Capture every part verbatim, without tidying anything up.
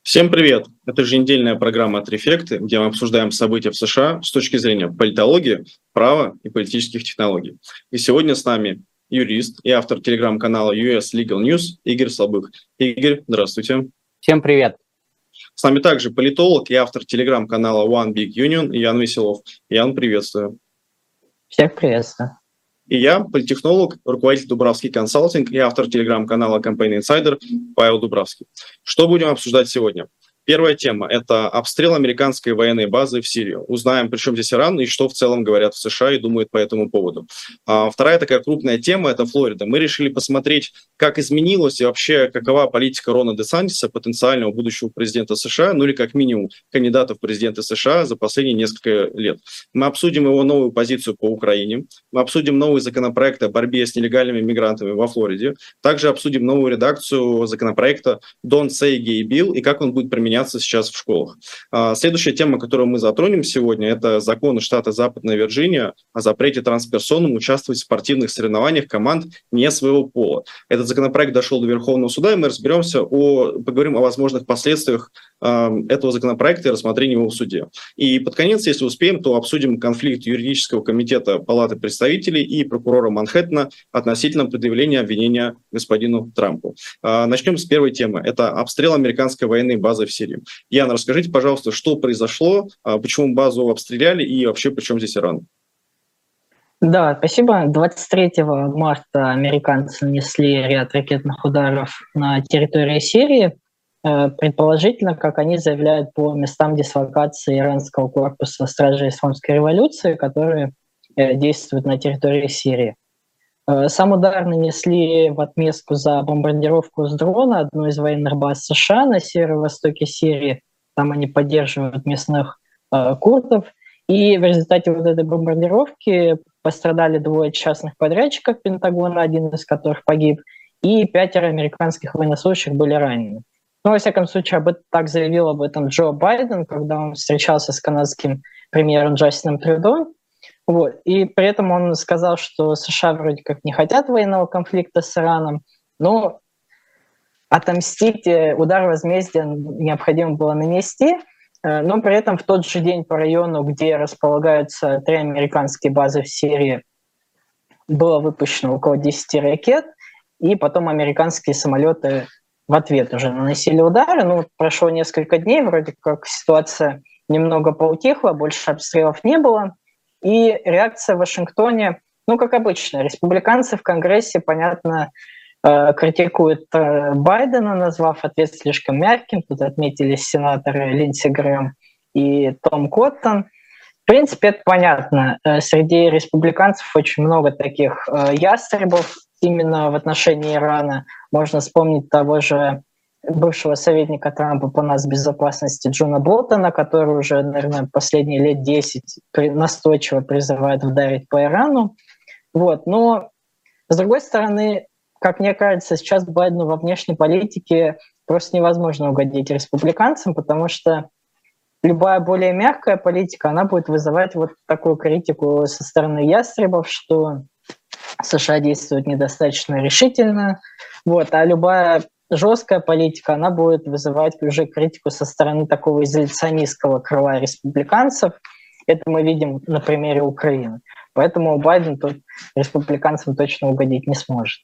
Всем привет! Это еженедельная программа «Трефекты», где мы обсуждаем события в США с точки зрения политологии, права и политических технологий. И сегодня с нами юрист и автор телеграм-канала ю эс Legal News Игорь Слабых. Игорь, здравствуйте. Всем привет. С нами также политолог и автор телеграм-канала One Big Union Ян Веселов. Ян, приветствую. Всех приветствую. И я, политтехнолог, руководитель Дубравский консалтинг и автор телеграм-канала Campaign Insider Павел Дубравский. Что будем обсуждать сегодня? Первая тема – это обстрел американской военной базы в Сирию. Узнаем, при чем здесь Иран и что в целом говорят в США и думают по этому поводу. А вторая такая крупная тема – это Флорида. Мы решили посмотреть, как изменилась и вообще какова политика Рона де Сантиса, потенциального будущего президента США, ну или как минимум кандидата в президенты США за последние несколько лет. Мы обсудим его новую позицию по Украине, мы обсудим новый законопроект о борьбе с нелегальными мигрантами во Флориде, также обсудим новую редакцию законопроекта Don't Say Gay Bill и как он будет применяться сейчас в школах. Следующая тема, которую мы затронем сегодня, это законы штата Западная Вирджиния о запрете трансперсонам участвовать в спортивных соревнованиях команд не своего пола. Этот законопроект дошел до Верховного суда, и мы разберемся, о, поговорим о возможных последствиях этого законопроекта и рассмотрении его в суде. И под конец, если успеем, то обсудим конфликт юридического комитета Палаты представителей и прокурора Манхэттена относительно предъявления обвинения господину Трампу. Начнем с первой темы. Это обстрел американской военной базы в Сирии. Яна, расскажите, пожалуйста, что произошло, почему базу обстреляли и вообще при чем здесь Иран? Да, спасибо. двадцать третьего марта американцы нанесли ряд ракетных ударов на территории Сирии, предположительно, как они заявляют, по местам дислокации иранского корпуса Стражей Исламской революции, которые действуют на территории Сирии. Сам удар нанесли в отместку за бомбардировку с дрона одной из военных баз США на северо-востоке Сирии. Там они поддерживают местных э, курдов. И в результате вот этой бомбардировки пострадали двое частных подрядчиков Пентагона, один из которых погиб, и пятеро американских военнослужащих были ранены. Но, во всяком случае, об этом, так заявил об этом Джо Байден, когда он встречался с канадским премьером Джастином Трюдо. Вот. И при этом он сказал, что США вроде как не хотят военного конфликта с Ираном, но отомстить, удар возмездия необходимо было нанести. Но при этом в тот же день по району, где располагаются три американские базы в Сирии, было выпущено около десяти ракет, и потом американские самолеты в ответ уже наносили удары. Ну, прошло несколько дней, вроде как ситуация немного поутихла, больше обстрелов не было. И реакция в Вашингтоне, ну, как обычно, республиканцы в Конгрессе, понятно, критикуют Байдена, назвав ответ слишком мягким. Тут отметились сенаторы Линдси Грэм и Том Коттон. В принципе, это понятно. Среди республиканцев очень много таких ястребов именно в отношении Ирана. Можно вспомнить того же бывшего советника Трампа по нацбезопасности Джона Болтона, который уже, наверное, последние лет десять настойчиво призывает ударить по Ирану. Вот. Но, с другой стороны, как мне кажется, сейчас Байдену во внешней политике просто невозможно угодить республиканцам, потому что любая более мягкая политика, она будет вызывать вот такую критику со стороны ястребов, что США действуют недостаточно решительно. Вот. А любая жесткая политика, она будет вызывать уже критику со стороны такого изоляционистского крыла республиканцев. Это мы видим на примере Украины. Поэтому Байден тут республиканцам точно угодить не сможет.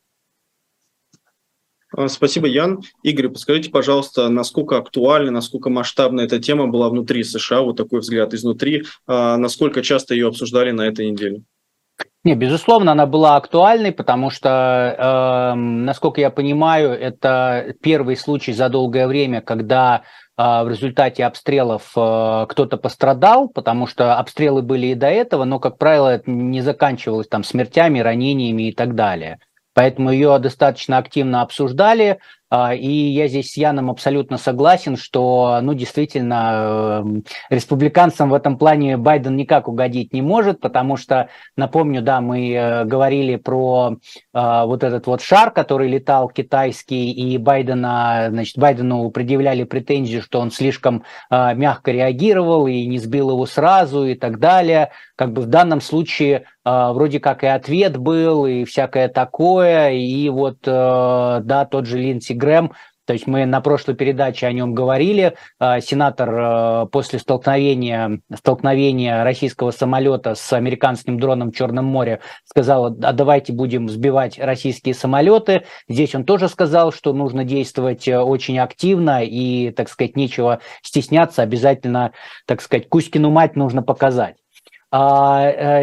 Спасибо, Ян. Игорь, подскажите, пожалуйста, насколько актуальна, насколько масштабна эта тема была внутри США, вот такой взгляд изнутри, насколько часто ее обсуждали на этой неделе? Не, безусловно, она была актуальной, потому что, э, насколько я понимаю, это первый случай за долгое время, когда э, в результате обстрелов э, кто-то пострадал, потому что обстрелы были и до этого, но, как правило, это не заканчивалось там смертями, ранениями и так далее. Поэтому ее достаточно активно обсуждали, и я здесь с Яном абсолютно согласен, что, ну, действительно, республиканцам в этом плане Байден никак угодить не может, потому что, напомню, да, мы говорили про вот этот вот шар, который летал китайский, и Байдена, значит, Байдену предъявляли претензию, что он слишком мягко реагировал и не сбил его сразу и так далее. Как бы в данном случае вроде как и ответ был, и всякое такое, и вот, да, тот же Линдси Грэм То есть мы на прошлой передаче о нем говорили. Сенатор после столкновения, столкновения российского самолета с американским дроном в Черном море сказал: а давайте будем сбивать российские самолеты. Здесь он тоже сказал, что нужно действовать очень активно и, так сказать, нечего стесняться, обязательно, так сказать, Кузькину мать нужно показать. Но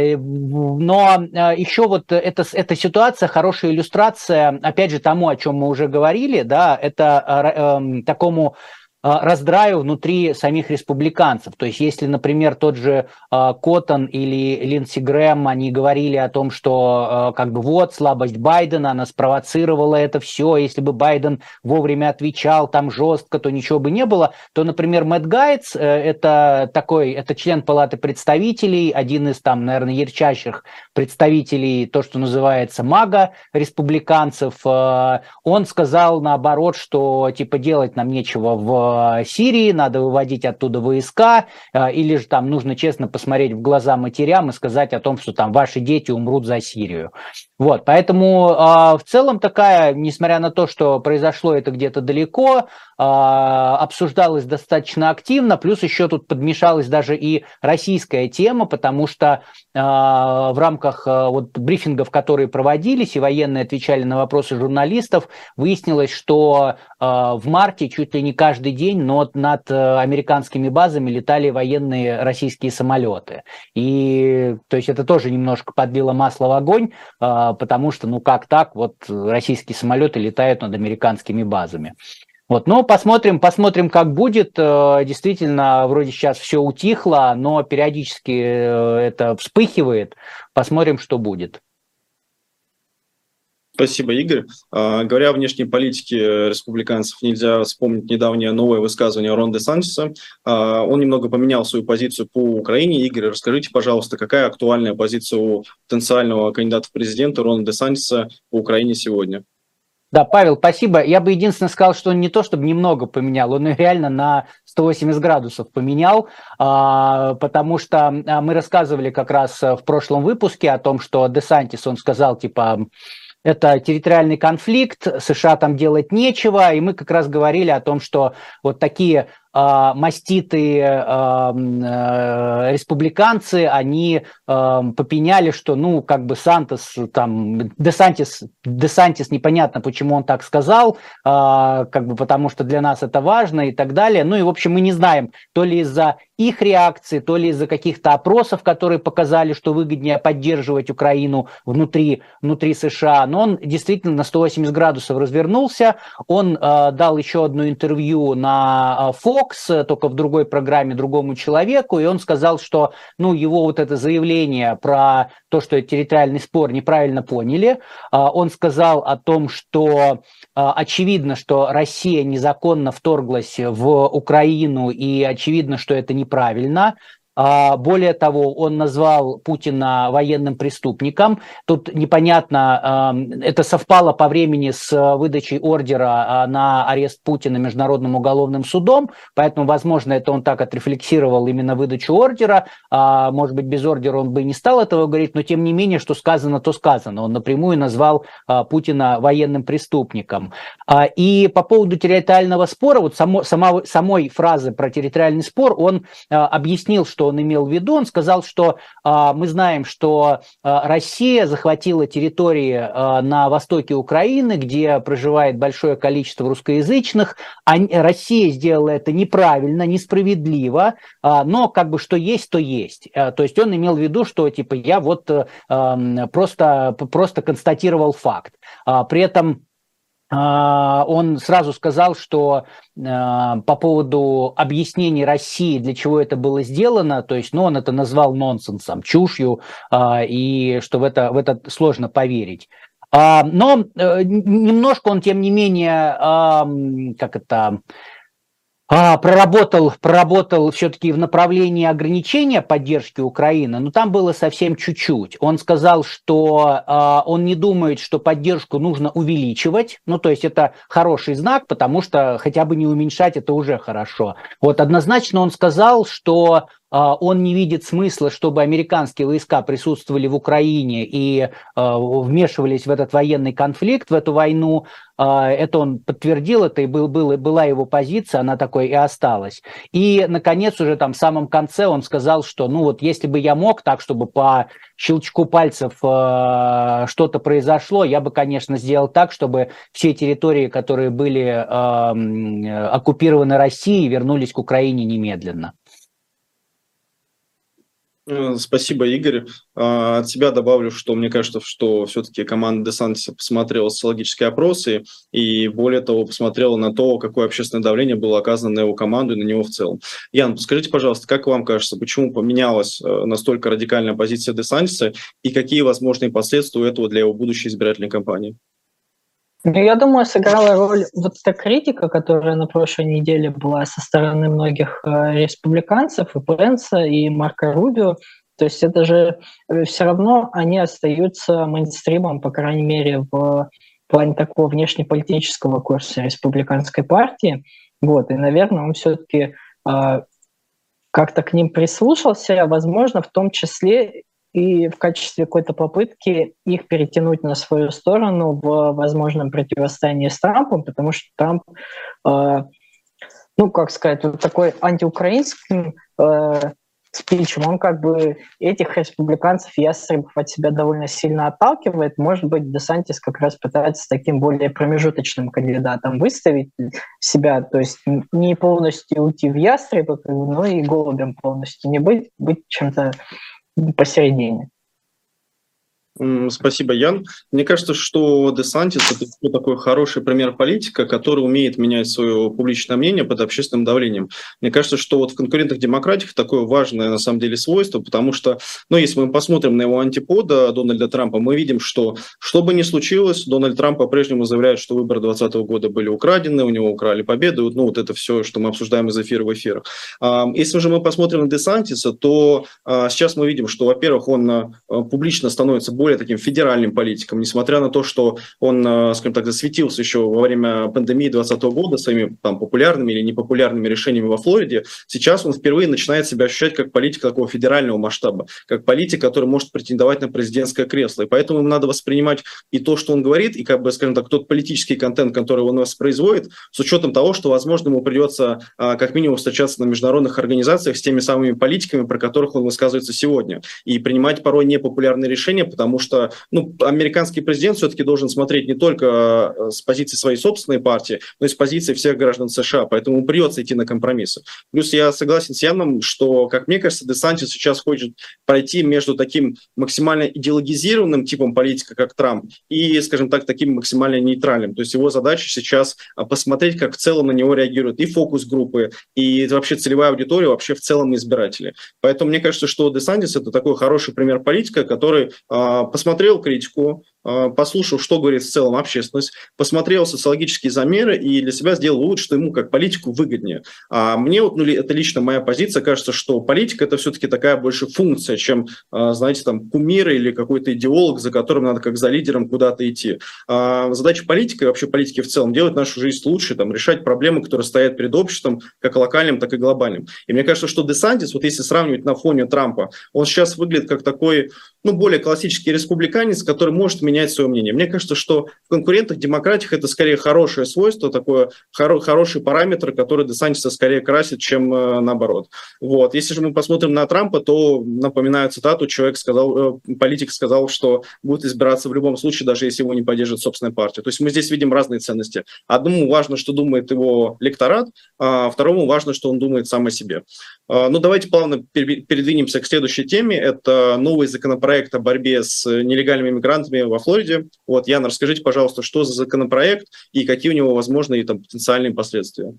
еще вот эта, эта ситуация, хорошая иллюстрация, опять же, тому, о чем мы уже говорили, да, это э, такому раздраю внутри самих республиканцев. То есть если, например, тот же э, Коттон или Линдси Грэм, они говорили о том, что э, как бы вот слабость Байдена, она спровоцировала это все, если бы Байден вовремя отвечал там жестко, то ничего бы не было, то, например, Мэтт Гаетс, э, это такой, это член Палаты представителей, один из там, наверное, ярчайших представителей, то, что называется мага республиканцев, э, он сказал наоборот, что типа делать нам нечего в Сирии, надо выводить оттуда войска, или же там нужно честно посмотреть в глаза матерям и сказать о том, что там ваши дети умрут за Сирию. Вот, поэтому в целом такая, несмотря на то, что произошло это где-то далеко, обсуждалось достаточно активно, плюс еще тут подмешалась даже и российская тема, потому что в рамках вот брифингов, которые проводились, и военные отвечали на вопросы журналистов, выяснилось, что в марте чуть ли не каждый день но над американскими базами летали военные российские самолеты. И то есть это тоже немножко подлило масло в огонь, потому что ну как так, вот российские самолеты летают над американскими базами. Вот, но посмотрим, посмотрим, как будет. Действительно, вроде сейчас все утихло, но периодически это вспыхивает. Посмотрим, что будет. Спасибо, Игорь. А, говоря о внешней политике республиканцев, нельзя вспомнить недавнее новое высказывание Рона Десантиса. А, он немного поменял свою позицию по Украине. Игорь, расскажите, пожалуйста, какая актуальная позиция у потенциального кандидата в президенты Рона Десантиса по Украине сегодня? Да, Павел, спасибо. Я бы единственное сказал, что он не то, чтобы немного поменял, он реально на сто восемьдесят градусов поменял, потому что мы рассказывали как раз в прошлом выпуске о том, что Десантис, он сказал, типа, это территориальный конфликт, США там делать нечего, и мы как раз говорили о том, что вот такие э, маститые э, э, республиканцы, они э, попеняли, что, ну, как бы Сантос, там, Десантис, Десантис, непонятно, почему он так сказал, э, как бы потому что для нас это важно и так далее. Ну и, в общем, мы не знаем, то ли из-за их реакции, то ли из-за каких-то опросов, которые показали, что выгоднее поддерживать Украину внутри, внутри США. Но он действительно на сто восемьдесят градусов развернулся. Он э, дал еще одно интервью на Fox, только в другой программе другому человеку, и он сказал, что ну, его вот это заявление про то, что это территориальный спор, неправильно поняли. Э, он сказал о том, что э, очевидно, что Россия незаконно вторглась в Украину, и очевидно, что это неправильно. Правильно. Более того, он назвал Путина военным преступником. Тут непонятно, это совпало по времени с выдачей ордера на арест Путина Международным уголовным судом, поэтому, возможно, это он так отрефлексировал именно выдачу ордера. Может быть, без ордера он бы и не стал этого говорить, но тем не менее, что сказано, то сказано. Он напрямую назвал Путина военным преступником. И по поводу территориального спора, вот само, само, самой фразы про территориальный спор, он объяснил, что он имел в виду. Он сказал, что э, мы знаем, что э, Россия захватила территории э, на востоке Украины, где проживает большое количество русскоязычных. А Россия сделала это неправильно, несправедливо, э, но как бы что есть, то есть. Э, то есть он имел в виду, что типа я вот э, просто, просто констатировал факт. Э, при этом он сразу сказал, что э, по поводу объяснений России, для чего это было сделано, то есть ну, он это назвал нонсенсом, чушью, э, и что в это, в это сложно поверить. Э, но э, немножко он, тем не менее, э, как это... А, проработал, проработал все-таки в направлении ограничения поддержки Украины, но там было совсем чуть-чуть. Он сказал, что а, он не думает, что поддержку нужно увеличивать, ну то есть это хороший знак, потому что хотя бы не уменьшать это уже хорошо. Вот однозначно он сказал, что он не видит смысла, чтобы американские войска присутствовали в Украине и вмешивались в этот военный конфликт, в эту войну. Это он подтвердил, это и был, был, была его позиция, она такой и осталась. И, наконец, уже там в самом конце он сказал, что, ну вот, если бы я мог так, чтобы по щелчку пальцев э, что-то произошло, я бы, конечно, сделал так, чтобы все территории, которые были э, оккупированы Россией, вернулись к Украине немедленно. Спасибо, Игорь. От себя добавлю, что мне кажется, что все-таки команда Десантиса посмотрела социологические опросы и, более того, посмотрела на то, какое общественное давление было оказано на его команду и на него в целом. Ян, скажите, пожалуйста, как вам кажется, почему поменялась настолько радикальная позиция Десантиса и какие возможные последствия у этого для его будущей избирательной кампании? Ну, я думаю, сыграла роль вот эта критика, которая на прошлой неделе была со стороны многих э, республиканцев, и Пенса, и Марко Рубио. То есть это же все равно они остаются мейнстримом, по крайней мере, в плане такого внешнеполитического курса республиканской партии. Вот, и, наверное, он все-таки э, как-то к ним прислушался, возможно, в том числе и в качестве какой-то попытки их перетянуть на свою сторону в возможном противостоянии с Трампом, потому что Трамп, э, ну, как сказать, вот такой антиукраинским э, спичем, он как бы этих республиканцев, ястребов от себя довольно сильно отталкивает. Может быть, Десантис как раз пытается таким более промежуточным кандидатом выставить себя, то есть не полностью уйти в ястреба, но и голубем полностью не быть, быть чем-то посередине. Спасибо, Ян. Мне кажется, что Десантис – это такой хороший пример политика, который умеет менять свое публичное мнение под общественным давлением. Мне кажется, что вот в конкурентных демократиях такое важное на самом деле свойство, потому что, ну, если мы посмотрим на его антипода Дональда Трампа, мы видим, что что бы ни случилось, Дональд Трамп по-прежнему заявляет, что выборы двадцатого года были украдены, у него украли победу, ну, вот это все, что мы обсуждаем из эфира в эфир. Если же мы посмотрим на Десантиса, то сейчас мы видим, что, во-первых, он публично становится более таким федеральным политиком, несмотря на то, что он, скажем так, засветился еще во время пандемии двадцатого года своими там популярными или непопулярными решениями во Флориде, сейчас он впервые начинает себя ощущать как политик такого федерального масштаба, как политик, который может претендовать на президентское кресло. И поэтому им надо воспринимать и то, что он говорит, и, как бы, скажем так, тот политический контент, который он воспроизводит, с учетом того, что, возможно, ему придется как минимум встречаться на международных организациях с теми самыми политиками, про которых он высказывается сегодня, и принимать порой непопулярные решения, потому что, ну, американский президент все-таки должен смотреть не только с позиции своей собственной партии, но и с позиции всех граждан США, поэтому ему придется идти на компромиссы. Плюс я согласен с Яном, что, как мне кажется, Десантис сейчас хочет пройти между таким максимально идеологизированным типом политика, как Трамп, и, скажем так, таким максимально нейтральным. То есть его задача сейчас посмотреть, как в целом на него реагируют и фокус-группы, и вообще целевая аудитория, вообще в целом избиратели. Поэтому мне кажется, что Десантис – это такой хороший пример политика, который посмотрел критику, послушал, что говорит в целом общественность, посмотрел социологические замеры и для себя сделал вывод, что ему как политику выгоднее. А мне, вот, ну, это лично моя позиция, кажется, что политика – это все-таки такая больше функция, чем, знаете, там, кумир или какой-то идеолог, за которым надо как за лидером куда-то идти. А задача политика и вообще политики в целом – делать нашу жизнь лучше, там, решать проблемы, которые стоят перед обществом, как локальным, так и глобальным. И мне кажется, что Десантис, вот если сравнивать на фоне Трампа, он сейчас выглядит как такой, ну, более классический республиканец, который может менять свое мнение. Мне кажется, что в конкурентах демократиях это скорее хорошее свойство, такой хоро- хороший параметр, который Десантиса скорее красит, чем э, наоборот. Вот. Если же мы посмотрим на Трампа, то, напоминаю цитату, человек сказал, э, политик сказал, что будет избираться в любом случае, даже если его не поддержит собственная партия. То есть мы здесь видим разные ценности. Одному важно, что думает его электорат, а второму важно, что он думает сам о себе. Э, ну, давайте плавно передвинемся к следующей теме. Это новый законопроект о борьбе с нелегальными мигрантами во Флориде. Вот, Яна, расскажите, пожалуйста, что за законопроект и какие у него возможные там потенциальные последствия?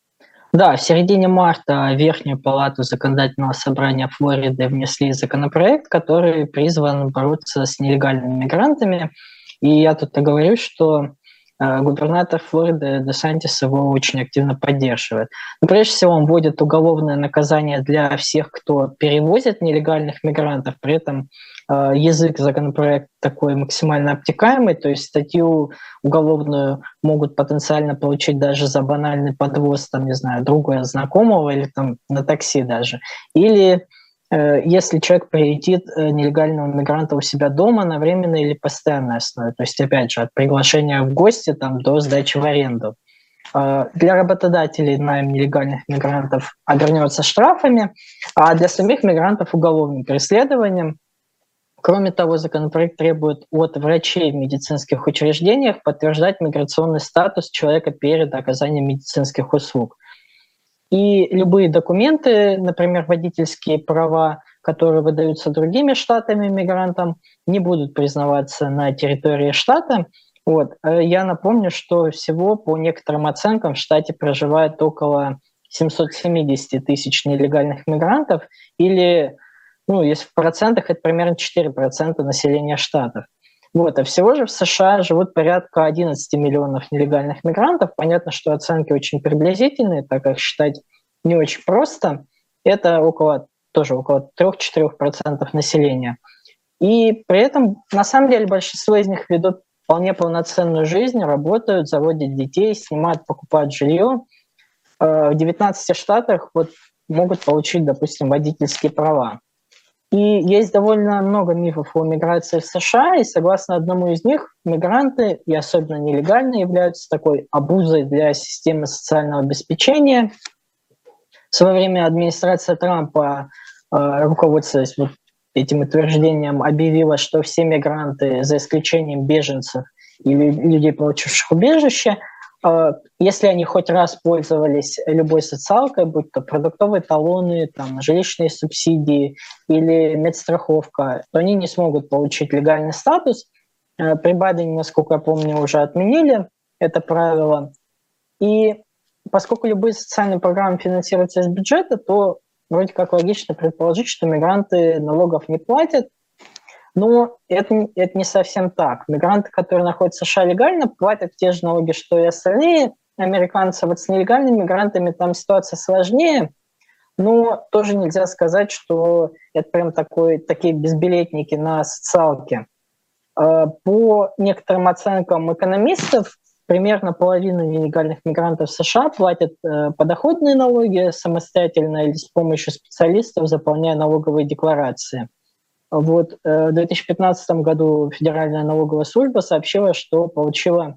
Да, в середине марта в Верхнюю палату законодательного собрания Флориды внесли законопроект, который призван бороться с нелегальными мигрантами. И я тут говорю, что губернатор Флориды Десантис его очень активно поддерживает. Но прежде всего он вводит уголовное наказание для всех, кто перевозит нелегальных мигрантов, при этом язык законопроекта такой максимально обтекаемый, то есть статью уголовную могут потенциально получить даже за банальный подвоз, там, не знаю, друга, знакомого или там на такси даже. Или э, если человек приютит нелегального мигранта у себя дома на временной или постоянной основе, то есть, опять же, от приглашения в гости там, до сдачи в аренду. Э, для работодателей найм нелегальных мигрантов обернется штрафами, а для самих мигрантов уголовным преследованием. Кроме того, законопроект требует от врачей в медицинских учреждениях подтверждать миграционный статус человека перед оказанием медицинских услуг. И любые документы, например, водительские права, которые выдаются другими штатами мигрантам, не будут признаваться на территории штата. Вот. Я напомню, что всего по некоторым оценкам в штате проживает около семьсот семьдесят тысяч нелегальных мигрантов, или ну, если в процентах, это примерно четыре процента населения штатов. Вот. А всего же в США живут порядка одиннадцать миллионов нелегальных мигрантов. Понятно, что оценки очень приблизительные, так как считать не очень просто. Это около, тоже около три-четыре процента населения. И при этом, на самом деле, большинство из них ведут вполне полноценную жизнь, работают, заводят детей, снимают, покупают жилье. В девятнадцати штатах вот могут получить, допустим, водительские права. И есть довольно много мифов о миграции в США, и согласно одному из них, мигранты, и особенно нелегальные, являются такой обузой для системы социального обеспечения. В свое время администрация Трампа, руководствуясь вот этим утверждением, объявила, что все мигранты, за исключением беженцев или людей, получивших убежище, если они хоть раз пользовались любой социалкой, будь то продуктовые талоны, там, жилищные субсидии или медстраховка, то они не смогут получить легальный статус. При Байдене, насколько я помню, уже отменили это правило. И поскольку любые социальные программы финансируются из бюджета, то вроде как логично предположить, что мигранты налогов не платят. Но это, это не совсем так. Мигранты, которые находятся в США легально, платят те же налоги, что и остальные американцы. Вот с нелегальными мигрантами там ситуация сложнее, но тоже нельзя сказать, что это прям такой, такие безбилетники на социалке. По некоторым оценкам экономистов, примерно половина нелегальных мигрантов в США платят подоходные налоги самостоятельно или с помощью специалистов, заполняя налоговые декларации. Вот, в две тысячи пятнадцатом году Федеральная налоговая служба сообщила, что получила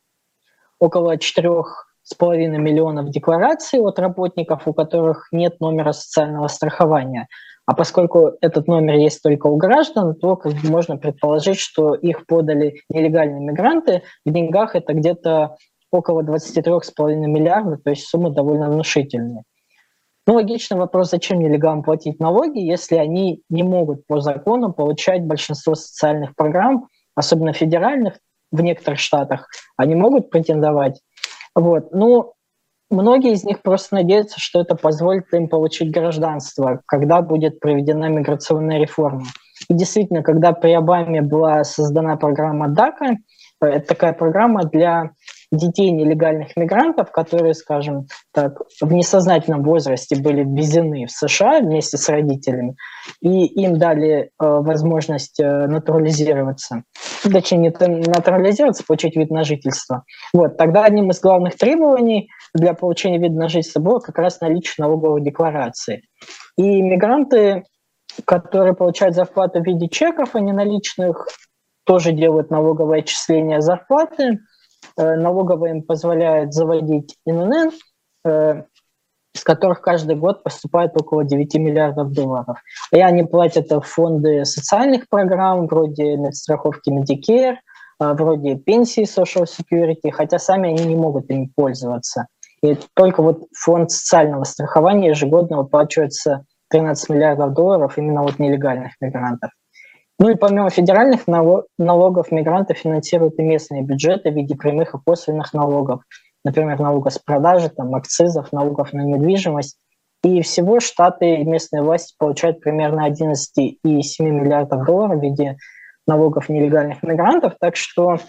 около четырёх с половиной миллионов деклараций от работников, у которых нет номера социального страхования. А поскольку этот номер есть только у граждан, то как бы можно предположить, что их подали нелегальные мигранты. В деньгах это где-то около двадцать три с половиной миллиарда, то есть сумма довольно внушительная. Ну, логичный вопрос, зачем нелегалам платить налоги, если они не могут по закону получать большинство социальных программ, особенно федеральных, в некоторых штатах, они могут претендовать. Вот. Ну, многие из них просто надеются, что это позволит им получить гражданство, когда будет проведена миграционная реформа. И действительно, когда при Обаме была создана программа дака, это такая программа для детей нелегальных мигрантов, которые, скажем так, в несознательном возрасте были ввезены в США вместе с родителями, и им дали э, возможность э, натурализироваться, точнее, не натурализироваться, получить вид на жительство. Вот, тогда одним из главных требований для получения вида на жительство было как раз наличие налоговой декларации. И мигранты, которые получают зарплату в виде чеков, а не наличных, тоже делают налоговое отчисление зарплаты. Налоговая им позволяет заводить эн эн эн, э, с которых каждый год поступает около девять миллиардов долларов. И они платят в фонды социальных программ, вроде медстраховки Medicare, э, вроде пенсии Social Security, хотя сами они не могут ими пользоваться. И только вот фонд социального страхования ежегодно выплачивается тринадцать миллиардов долларов именно от нелегальных мигрантов. Ну и помимо федеральных налогов, мигранты финансируют и местные бюджеты в виде прямых и косвенных налогов, например, налогов с продажи, там, акцизов, налогов на недвижимость. И всего штаты и местные власти получают примерно одиннадцать целых семь десятых миллиардов долларов в виде налогов нелегальных мигрантов. Так что э,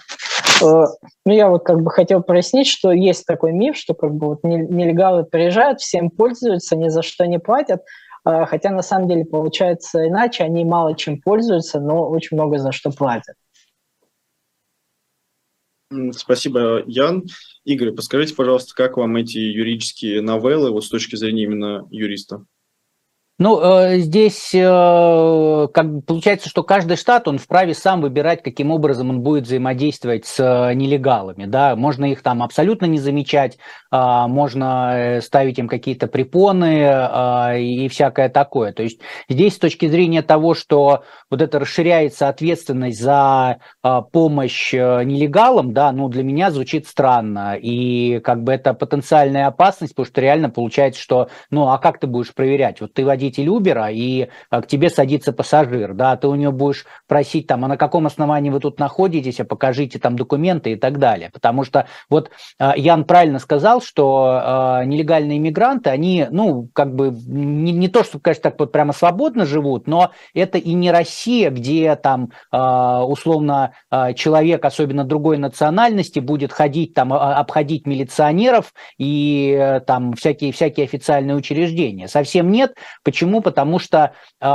ну, я вот как бы хотел прояснить, что есть такой миф, что как бы вот нелегалы приезжают, всем пользуются, ни за что не платят. хотя на самом деле получается иначе, они мало чем пользуются, но очень много за что платят. Спасибо, Ян. Игорь, подскажите, пожалуйста, как вам эти юридические новеллы вот с точки зрения именно юриста? Ну, э, здесь э, как бы получается, что каждый штат, он вправе сам выбирать, каким образом он будет взаимодействовать с э, нелегалами, да, можно их там абсолютно не замечать, э, можно ставить им какие-то препоны э, и всякое такое, то есть здесь с точки зрения того, что вот это расширяется ответственность за э, помощь э, нелегалам, да, ну, для меня звучит странно, и как бы это потенциальная опасность, потому что реально получается, что, ну, а как ты будешь проверять, вот ты водитель Uber, и а, к тебе садится пассажир, да, ты у него будешь просить там, а на каком основании вы тут находитесь, а покажите там документы и так далее, потому что вот а, Ян правильно сказал, что а, нелегальные иммигранты, они, ну, как бы не, не то, что, конечно, так вот прямо свободно живут, но это и не Россия, где там а, условно а, человек, особенно другой национальности, будет ходить там, а, обходить милиционеров и там всякие, всякие официальные учреждения. Совсем нет. Почему? Потому что э,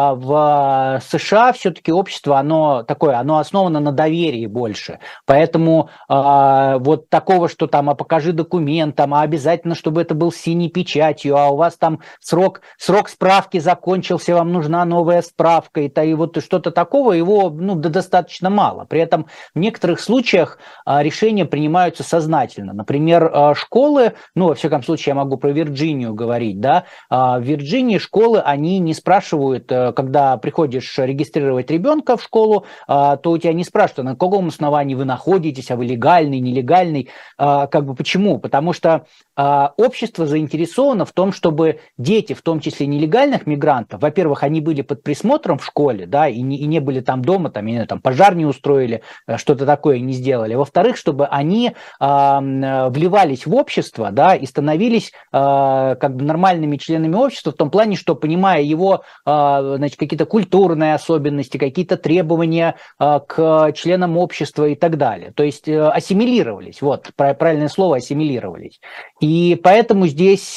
в США все-таки общество, оно такое, оно основано на доверии больше. Поэтому э, вот такого, что там, а покажи документ, там, а обязательно, чтобы это был с синей печатью, а у вас там срок, срок справки закончился, вам нужна новая справка, и, то, и вот что-то такого, его ну, да, достаточно мало. При этом в некоторых случаях э, решения принимаются сознательно. Например, э, школы, ну, во всяком случае, я могу про Вирджинию говорить, да, э, в Вирджинии школы, они не спрашивают, когда приходишь регистрировать ребенка в школу, то у тебя не спрашивают, на каком основании вы находитесь, а вы легальный, нелегальный. Как бы почему? Потому что общество заинтересовано в том, чтобы дети, в том числе нелегальных мигрантов, во-первых, они были под присмотром в школе, да, и не, и не были там дома, там, и, там пожар не устроили, что-то такое не сделали. Во-вторых, чтобы они вливались в общество, да, и становились как бы нормальными членами общества в том плане, что понимая его, значит, какие-то культурные особенности, какие-то требования к членам общества и так далее. То есть ассимилировались, вот, правильное слово, ассимилировались. И поэтому здесь...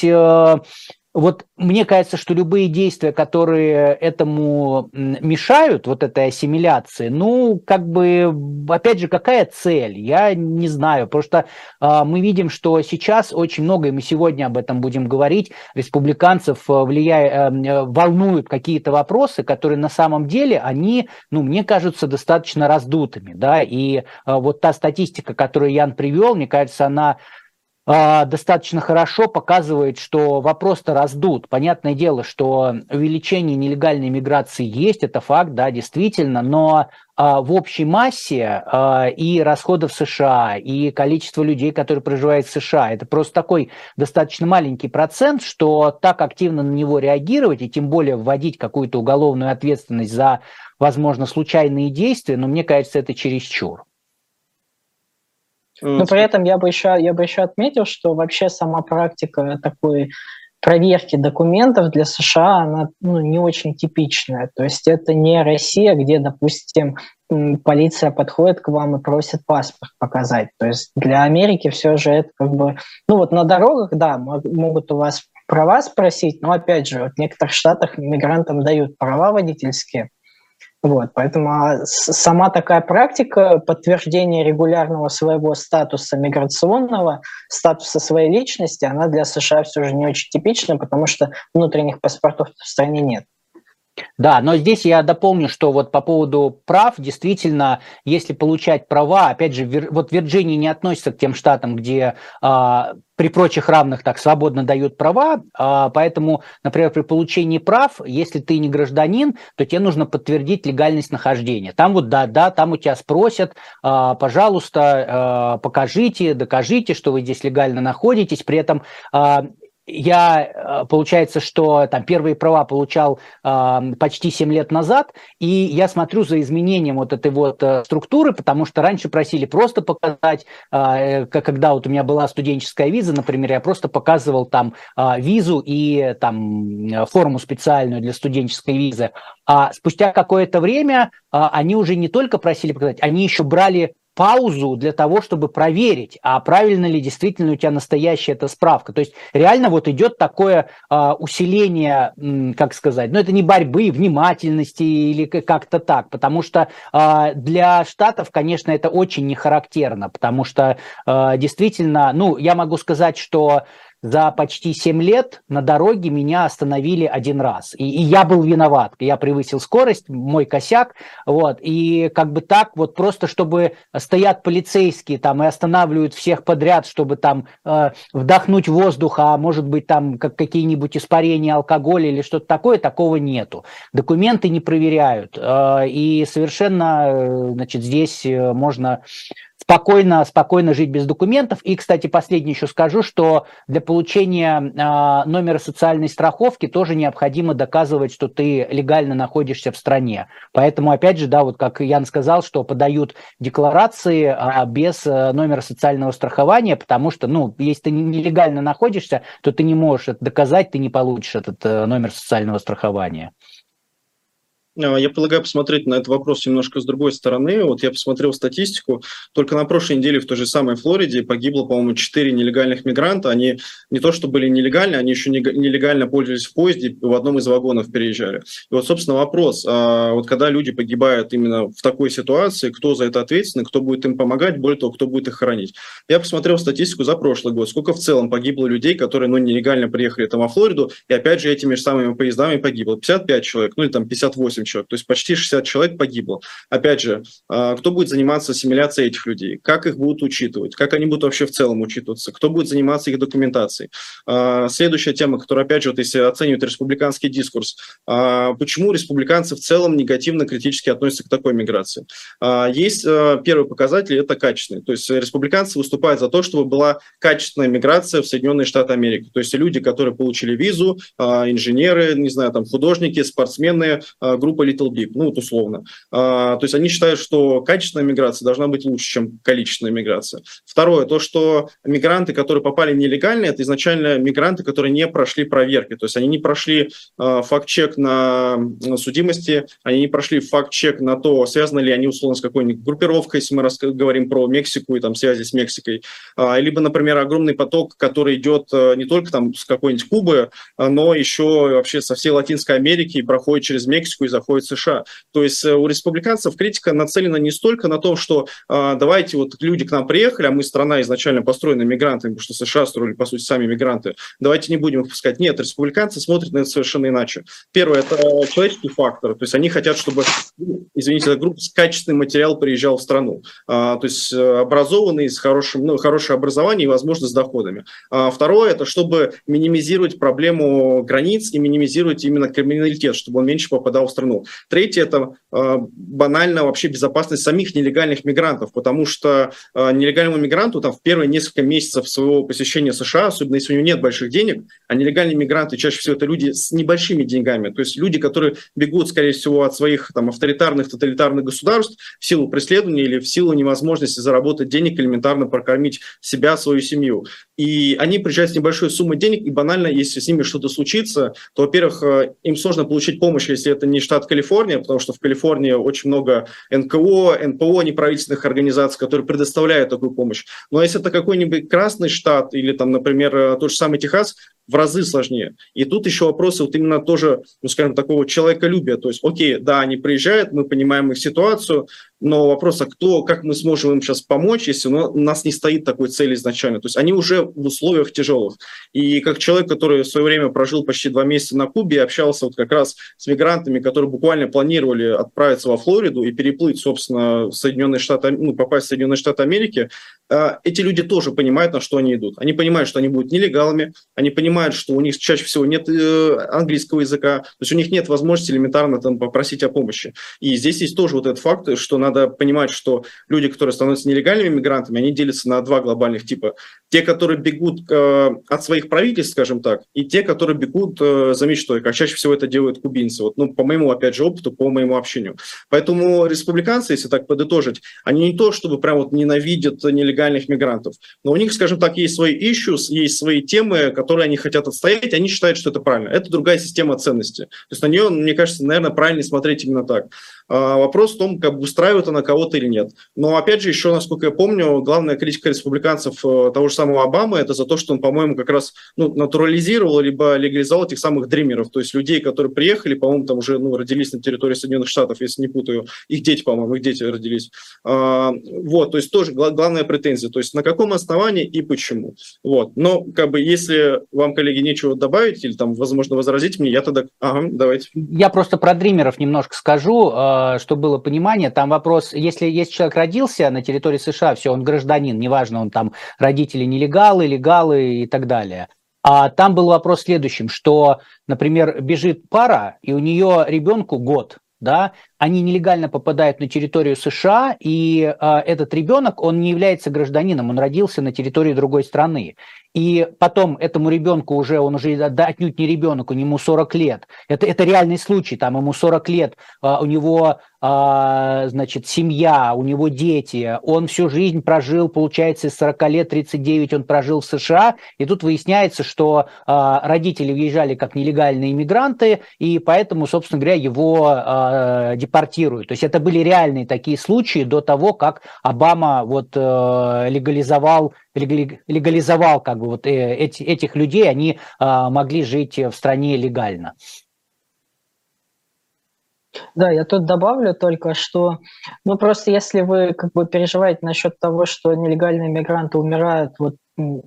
Вот мне кажется, что любые действия, которые этому мешают, вот этой ассимиляции, ну, как бы, опять же, какая цель? Я не знаю, потому что э, мы видим, что сейчас очень много, и мы сегодня об этом будем говорить, республиканцев влияя, э, волнуют какие-то вопросы, которые на самом деле, они, ну, мне кажутся достаточно раздутыми, да, и э, вот та статистика, которую Ян привел, мне кажется, она... достаточно хорошо показывает, что вопрос-то раздут. Понятное дело, что увеличение нелегальной миграции есть, это факт, да, действительно, но а, в общей массе а, и расходов США, и количество людей, которые проживают в США, это просто такой достаточно маленький процент, что так активно на него реагировать, и тем более вводить какую-то уголовную ответственность за, возможно, случайные действия, но мне кажется, это чересчур. Но при этом я бы еще, я бы еще отметил, что вообще сама практика такой проверки документов для США, она ну, не очень типичная. То есть это не Россия, где, допустим, полиция подходит к вам и просит паспорт показать. То есть для Америки все же это как бы... Ну вот на дорогах, да, могут у вас права спросить, но опять же, вот в некоторых штатах мигрантам дают права водительские. Вот, поэтому сама такая практика подтверждения регулярного своего статуса миграционного, статуса своей личности, она для США все же не очень типична, потому что внутренних паспортов в стране нет. Да, но здесь я дополню, что вот по поводу прав, действительно, если получать права, опять же, вир, вот Вирджиния не относится к тем штатам, где а, при прочих равных так свободно дают права, а, поэтому, например, при получении прав, если ты не гражданин, то тебе нужно подтвердить легальность нахождения. Там вот, да, да, там у тебя спросят, а, пожалуйста, а, покажите, докажите, что вы здесь легально находитесь, при этом... А, Я, получается, что там первые права получал э, почти семь лет назад, и я смотрю за изменением вот этой вот э, структуры, потому что раньше просили просто показать, э, когда вот у меня была студенческая виза, например, я просто показывал там э, визу и там форму специальную для студенческой визы, а спустя какое-то время э, они уже не только просили показать, они еще брали паузу для того, чтобы проверить, а правильно ли действительно у тебя настоящая эта справка. То есть реально вот идет такое э, усиление, м, как сказать, ну это не борьбы, внимательности или как-то так, потому что э, для Штатов, конечно, это очень не характерно, потому что э, действительно, ну я могу сказать, что за почти семь лет на дороге меня остановили один раз. И, и я был виноват. Я превысил скорость, мой косяк. Вот. И как бы так, вот просто чтобы стоят полицейские там и останавливают всех подряд, чтобы там э, вдохнуть воздух, а может быть там как, какие-нибудь испарения алкоголя или что-то такое, такого нету. Документы не проверяют. Э, и совершенно, э, значит, здесь можно... Спокойно, спокойно жить без документов. И, кстати, последнее еще скажу, что для получения э, номера социальной страховки тоже необходимо доказывать, что ты легально находишься в стране. Поэтому, опять же, да, вот как Ян сказал, что подают декларации э, без э, номера социального страхования, потому что, ну, если ты нелегально находишься, то ты не можешь это доказать, ты не получишь этот э, номер социального страхования. Я предлагаю посмотреть на этот вопрос немножко с другой стороны. Вот я посмотрел статистику. Только на прошлой неделе в той же самой Флориде погибло, по-моему, четыре нелегальных мигранта. Они не то что были нелегальны, они еще нелегально пользовались в поезде, в одном из вагонов переезжали. И вот, собственно, вопрос. Вот когда люди погибают именно в такой ситуации, кто за это ответственный, кто будет им помогать, более того, кто будет их хоронить. Я посмотрел статистику за прошлый год. Сколько в целом погибло людей, которые, ну, нелегально приехали там во Флориду, и опять же этими же самыми поездами погибло. пятьдесят пять человек, ну или там пятьдесят восемь человек, то есть почти шестьдесят человек погибло. Опять же, кто будет заниматься ассимиляцией этих людей, как их будут учитывать, как они будут вообще в целом учитываться, кто будет заниматься их документацией. Следующая тема, которая, опять же, вот если оценивать республиканский дискурс, почему республиканцы в целом негативно, критически относятся к такой миграции. Есть первый показатель, это качественный. То есть республиканцы выступают за то, чтобы была качественная миграция в Соединенные Штаты Америки. То есть люди, которые получили визу, инженеры, не знаю, там художники, спортсмены, группа Little Big, ну вот условно. А, то есть они считают, что качественная миграция должна быть лучше, чем количественная миграция. Второе, то, что мигранты, которые попали нелегально, это изначально мигранты, которые не прошли проверки. То есть они не прошли а, факт-чек на, на судимости, они не прошли факт-чек на то, связаны ли они условно с какой-нибудь группировкой, если мы рас- говорим про Мексику и там связи с Мексикой. А, либо, например, огромный поток, который идет а, не только там с какой-нибудь Кубы, а, но еще вообще со всей Латинской Америки и проходит через Мексику и заходит в США. То есть у республиканцев критика нацелена не столько на то, что э, давайте вот люди к нам приехали, а мы страна изначально построена мигрантами, потому что США строили, по сути, сами мигранты, давайте не будем их пускать. Нет, республиканцы смотрят на это совершенно иначе. Первое, это человеческий фактор, то есть они хотят, чтобы, извините за грубость, качественный материал приезжал в страну. А, то есть образованный, с хорошим, ну, хорошее образование и, возможно, с доходами. А, второе, это чтобы минимизировать проблему границ и минимизировать именно криминалитет, чтобы он меньше попадал в страну. Третье – это э, банально вообще безопасность самих нелегальных мигрантов, потому что э, нелегальному мигранту там, в первые несколько месяцев своего посещения США, особенно если у него нет больших денег, а нелегальные мигранты чаще всего это люди с небольшими деньгами, то есть люди, которые бегут, скорее всего, от своих там, авторитарных, тоталитарных государств в силу преследования или в силу невозможности заработать денег, элементарно прокормить себя, свою семью. И они приезжают с небольшой суммой денег, и банально, если с ними что-то случится, то, во-первых, им сложно получить помощь, если это не штат Калифорния, потому что в Калифорнии очень много эн ка о, эн пэ о, неправительственных организаций, которые предоставляют такую помощь. Но если это какой-нибудь красный штат или, там, например, тот же самый Техас, в разы сложнее. И тут еще вопросы вот именно тоже, ну, скажем, такого человеколюбия. То есть, окей, да, они приезжают, мы понимаем их ситуацию, но вопрос, а кто, как мы сможем им сейчас помочь, если у нас не стоит такой цели изначально. То есть они уже в условиях тяжелых. И как человек, который в свое время прожил почти два месяца на Кубе, общался вот как раз с мигрантами, которые буквально планировали отправиться во Флориду и переплыть, собственно, в Соединенные Штаты, ну, попасть в Соединенные Штаты Америки, эти люди тоже понимают, на что они идут. Они понимают, что они будут нелегалами, они понимают, что у них чаще всего нет английского языка, то есть у них нет возможности элементарно там попросить о помощи. И здесь есть тоже вот этот факт, что надо понимать, что люди, которые становятся нелегальными мигрантами, они делятся на два глобальных типа. Те, которые бегут э, от своих правительств, скажем так, и те, которые бегут э, за мечтой, как чаще всего это делают кубинцы. Вот, ну, по моему, опять же, опыту, по моему общению. Поэтому республиканцы, если так подытожить, они не то, чтобы прям вот ненавидят нелегальных мигрантов, но у них, скажем так, есть свои issues, есть свои темы, которые они хотят отстоять, они считают, что это правильно. Это другая система ценностей. То есть на нее, мне кажется, наверное, правильно смотреть именно так. А, вопрос в том, как бы устраивает она кого-то или нет. Но, опять же, еще, насколько я помню, главная критика республиканцев того же самого Обамы, это за то, что он, по-моему, как раз ну, натурализировал, либо легализовал этих самых дримеров, то есть людей, которые приехали, по-моему, там уже ну, родились на территории Соединенных Штатов, если не путаю, их дети, по-моему, их дети родились. А, вот, то есть тоже главная претензия, то есть на каком основании и почему. Вот, но как бы если вам, коллеги, нечего добавить или там, возможно, возразить мне, я тогда... Ага, давайте. Я просто про дримеров немножко скажу, чтобы было понимание. Там вопрос, если, если человек родился на территории США, все, он гражданин, неважно, он там родители нелегалы, легалы и так далее. А там был вопрос следующим, что, например, бежит пара, и у нее ребенку год, да, они нелегально попадают на территорию США, и э, этот ребенок, он не является гражданином, он родился на территории другой страны. И потом этому ребенку уже, он уже да, отнюдь не ребенок, у него сорок лет. Это, это реальный случай, там ему сорок лет, э, у него, э, значит, семья, у него дети, он всю жизнь прожил, получается, из сорока лет тридцать девять он прожил в США, и тут выясняется, что э, родители въезжали как нелегальные иммигранты, и поэтому, собственно говоря, его э, депортируют. То есть это были реальные такие случаи до того, как Обама вот э, легализовал, легализовал как бы вот э, эти, этих людей, они э, могли жить в стране легально. Да, я тут добавлю только, что, ну просто если вы как бы переживаете насчет того, что нелегальные мигранты умирают вот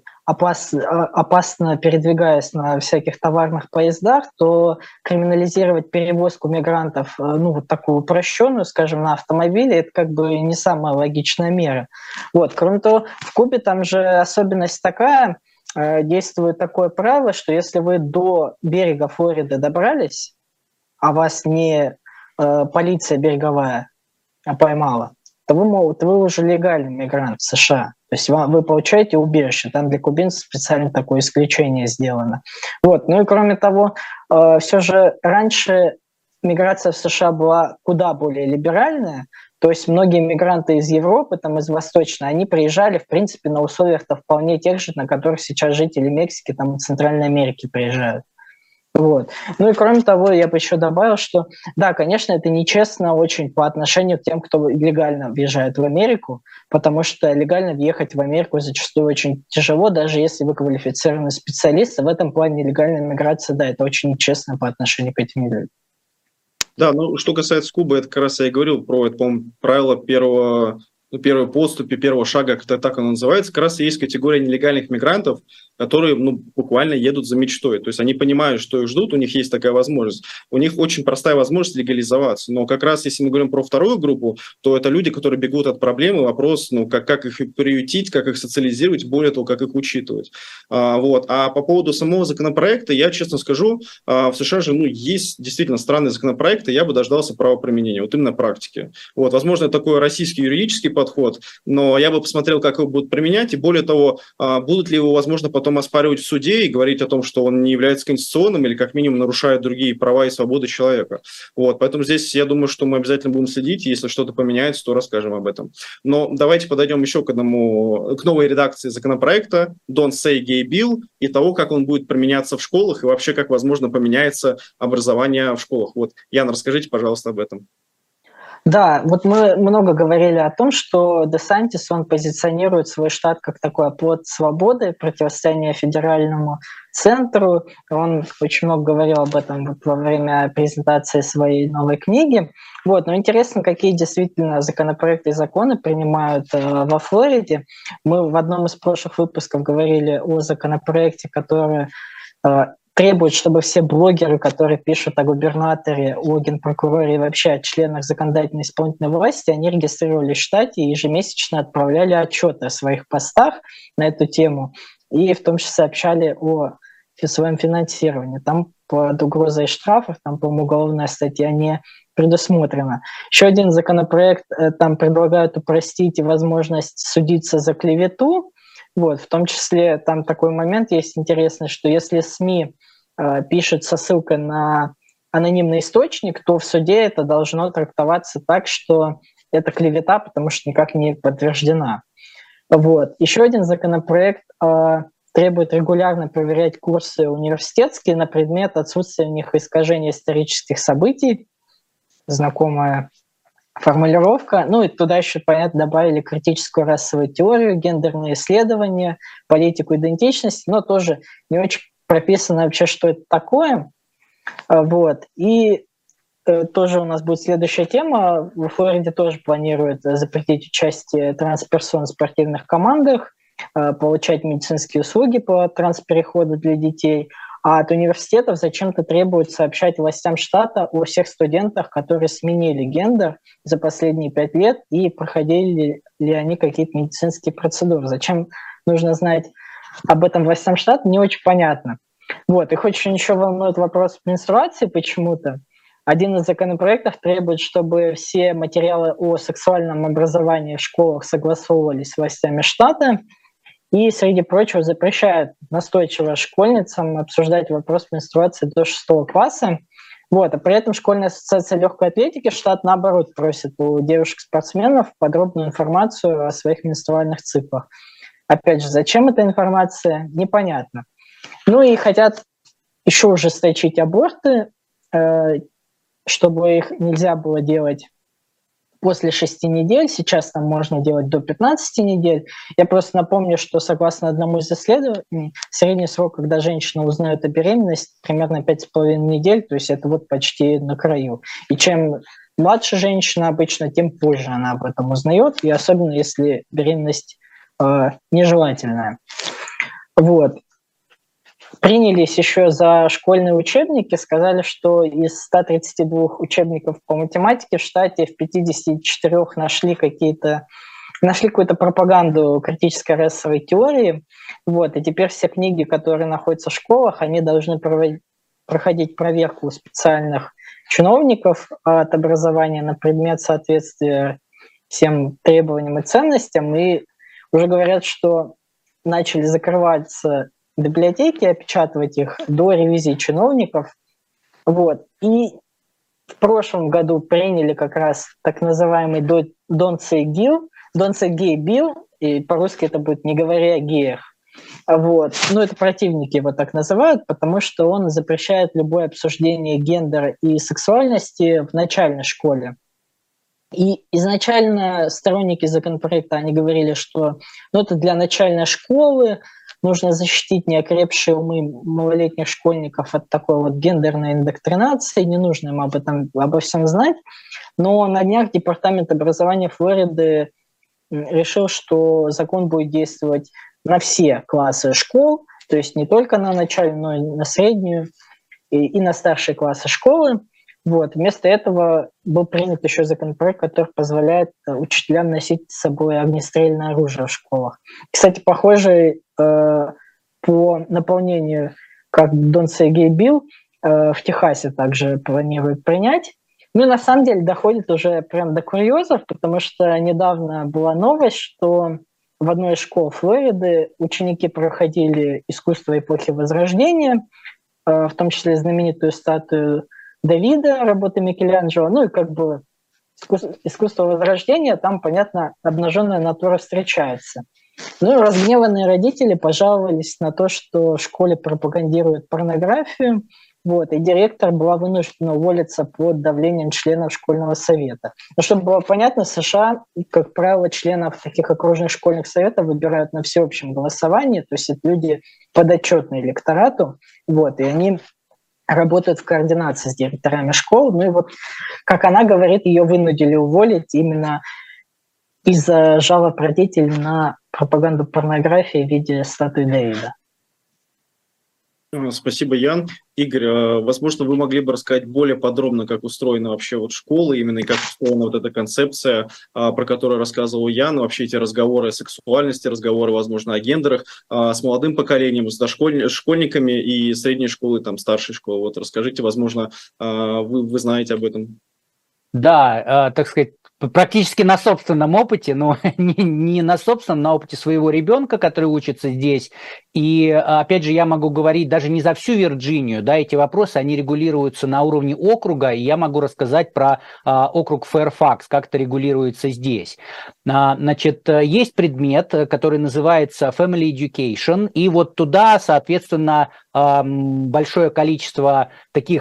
опас, опасно передвигаясь на всяких товарных поездах, то криминализировать перевозку мигрантов, ну вот такую упрощенную, скажем, на автомобиле, это как бы не самая логичная мера. Вот, кроме того, в Кубе там же особенность такая, действует такое правило, что если вы до берега Флориды добрались, а вас не э, полиция береговая поймала, то вы, мол, то вы уже легальный мигрант в США. То есть вам, вы получаете убежище. Там для кубинцев специально такое исключение сделано. Вот. Ну и кроме того, э, все же раньше миграция в США была куда более либеральная. То есть многие мигранты из Европы, там, из Восточной, они приезжали, в принципе, на условиях-то вполне тех же, на которых сейчас жители Мексики, там, и Центральной Америки приезжают. Вот. Ну и кроме того, я бы еще добавил, что да, конечно, это нечестно очень по отношению к тем, кто легально въезжает в Америку, потому что легально въехать в Америку зачастую очень тяжело, даже если вы квалифицированный специалист. В этом плане легальная миграция, да, это очень нечестно по отношению к этим людям. Да, ну что касается Кубы, это как раз я и говорил про это, по-моему, правило первого, ну, первой подступи, первого шага, как-то так оно называется, как раз есть категория нелегальных мигрантов, которые ну, буквально едут за мечтой. То есть они понимают, что их ждут, у них есть такая возможность. У них очень простая возможность легализоваться. Но как раз если мы говорим про вторую группу, то это люди, которые бегут от проблемы. Вопрос, ну, как, как их приютить, как их социализировать, более того, как их учитывать. А, вот. а по поводу самого законопроекта, я честно скажу, а, в США же ну, есть действительно странные законопроекты, я бы дождался правоприменения, вот именно практики. Вот. Возможно, такой российский юридический подход, но я бы посмотрел, как его будут применять, и более того, а, будут ли его, возможно, потом оспаривать в суде и говорить о том, что он не является конституционным или как минимум нарушает другие права и свободы человека. Вот, поэтому здесь я думаю, что мы обязательно будем следить, и если что-то поменяется, то расскажем об этом. Но давайте подойдем еще к одному, к новой редакции законопроекта Don't Say Gay Bill и того, как он будет применяться в школах и вообще как, возможно, поменяется образование в школах. Вот, Яна, расскажите, пожалуйста, об этом. Да, вот мы много говорили о том, что Десантис, он позиционирует свой штат как такой оплот свободы, противостояние федеральному центру. Он очень много говорил об этом вот во время презентации своей новой книги. Вот, но интересно, какие действительно законопроекты и законы принимают э, во Флориде. Мы в одном из прошлых выпусков говорили о законопроекте, который э, требует, чтобы все блогеры, которые пишут о губернаторе, о генпрокуроре и вообще о членах законодательной и исполнительной власти, они регистрировались в штате и ежемесячно отправляли отчеты о своих постах на эту тему и в том числе сообщали о своем финансировании. Там под угрозой штрафов, там, по-моему, уголовная статья не предусмотрена. Еще один законопроект, там предлагают упростить возможность судиться за клевету. Вот, в том числе там такой момент есть интересный, что если СМИ э, пишет со ссылкой на анонимный источник, то в суде это должно трактоваться так, что это клевета, потому что никак не подтверждена. Вот. Еще один законопроект э, требует регулярно проверять курсы университетские на предмет отсутствия в них искажения исторических событий. Знакомая формулировка. Ну и туда еще, понятно, добавили критическую расовую теорию, гендерные исследования, политику идентичности, но тоже не очень прописано вообще, что это такое. Вот. И э, тоже у нас будет следующая тема. В Флориде тоже планируют запретить участие трансперсон в спортивных командах, э, получать медицинские услуги по транспереходу для детей. А от университетов зачем-то требуют сообщать властям штата о всех студентах, которые сменили гендер за последние пять лет и проходили ли они какие-то медицинские процедуры. Зачем нужно знать об этом властям штата, не очень понятно. Вот. И хоть еще волнует вопрос менструации почему-то, один из законопроектов требует, чтобы все материалы о сексуальном образовании в школах согласовывались с властями штата, и, среди прочего, запрещает настойчиво школьницам обсуждать вопрос менструации до шестого класса. Вот. А при этом Школьная ассоциация легкой атлетики штат, наоборот, просит у девушек-спортсменов подробную информацию о своих менструальных циклах. Опять же, зачем эта информация, непонятно. Ну и хотят еще ужесточить аборты, чтобы их нельзя было делать после шести недель. Сейчас там можно делать до пятнадцати недель. Я просто напомню, что согласно одному из исследований, средний срок, когда женщина узнает о беременности, примерно пять с половиной недель, то есть это вот почти на краю. И чем младше женщина обычно, тем позже она об этом узнает, и особенно если беременность э, нежелательная. Вот. Принялись еще за школьные учебники, сказали, что из ста тридцати двух учебников по математике в штате в пятидесяти четырёх нашли какие-то нашли какую-то пропаганду критической расовой теории. Вот, и теперь все книги, которые находятся в школах, они должны проводить, проходить проверку у специальных чиновников от образования на предмет соответствия всем требованиям и ценностям. И уже говорят, что начали закрываться библиотеки, опечатывать их до ревизии чиновников. Вот. И в прошлом году приняли как раз так называемый Don't Say Gay, Don't Say Gay Bill, и по-русски это будет «Не говори о геях». Вот. Ну, это противники его так называют, потому что он запрещает любое обсуждение гендера и сексуальности в начальной школе. И изначально сторонники законопроекта, они говорили, что ну, это для начальной школы, нужно защитить неокрепшие умы малолетних школьников от такой вот гендерной индоктринации, не нужно им об этом, обо всем знать. Но на днях Департамент образования Флориды решил, что закон будет действовать на все классы школ, то есть не только на начальную, но и на среднюю и, и на старшие классы школы. Вот. Вместо этого был принят еще законопроект, который позволяет учителям носить с собой огнестрельное оружие в школах. Кстати, похожий э, по наполнению, как Don't Say Gay Bill, э, в Техасе также планируют принять. Ну и на самом деле доходит уже прям до курьезов, потому что недавно была новость, что в одной из школ Флориды ученики проходили искусство эпохи Возрождения, э, в том числе знаменитую статую Давида, работы Микеланджело, ну и как бы искусство, искусство Возрождения, там, понятно, обнаженная натура встречается. Ну и разгневанные родители пожаловались на то, что в школе пропагандируют порнографию, вот, и директор была вынуждена уволиться под давлением членов школьного совета. Но чтобы было понятно, в США, как правило, членов таких окружных школьных советов выбирают на всеобщем голосовании, то есть это люди подотчетные электорату, вот, и они работают в координации с директорами школ. Ну и вот, как она говорит, ее вынудили уволить именно из-за жалоб родителей на пропаганду порнографии в виде статуи Давида. Спасибо, Ян. Игорь, возможно, вы могли бы рассказать более подробно, как устроена вообще вот школа, именно и как устроена вот эта концепция, про которую рассказывал Ян, вообще эти разговоры о сексуальности, разговоры, возможно, о гендерах с молодым поколением, с дошкольниками и средней школы, там, старшей школы. Вот расскажите, возможно, вы, вы знаете об этом. Да, так сказать, практически на собственном опыте, но не, не на собственном, на опыте своего ребенка, который учится здесь. И, опять же, я могу говорить даже не за всю Вирджинию, да, эти вопросы, они регулируются на уровне округа, и я могу рассказать про а, округ Фэрфакс, как это регулируется здесь. А, значит, есть предмет, который называется Family Education, и вот туда, соответственно, а, большое количество таких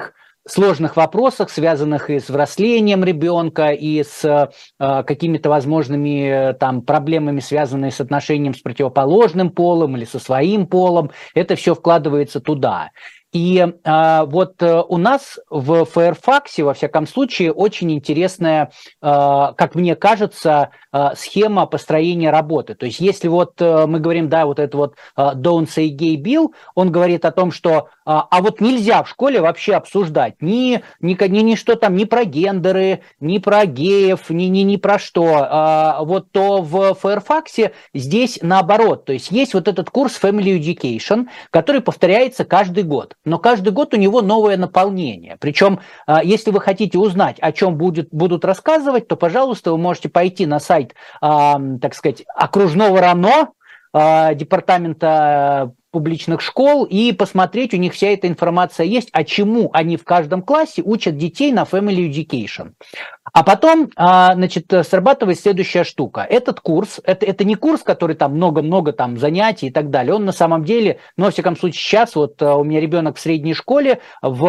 сложных вопросах, связанных и с взрослением ребенка, и с э, какими-то возможными там проблемами, связанными с отношением с противоположным полом или со своим полом. Это все вкладывается туда. И э, вот э, у нас в Firefox, во всяком случае, очень интересная, э, как мне кажется, э, схема построения работы. То есть если вот э, мы говорим, да, вот это вот э, Don't Say Gay Bill, он говорит о том, что э, а вот нельзя в школе вообще обсуждать ни, ни, ни, ни что там, ни про гендеры, ни про геев, ни, ни, ни про что. Э, вот то в Firefox здесь наоборот. То есть есть вот этот курс Family Education, который повторяется каждый год. Но каждый год у него новое наполнение. Причем, если вы хотите узнать, о чем будет, будут рассказывать, то, пожалуйста, вы можете пойти на сайт, так сказать, окружного РАНО, департамента публичных школ, и посмотреть, у них вся эта информация есть, а чему они в каждом классе учат детей на Family Education. А потом, значит, срабатывает следующая штука. Этот курс, это, это не курс, который там много-много там занятий и так далее, он на самом деле, ну, во всяком случае, сейчас вот у меня ребенок в средней школе, в,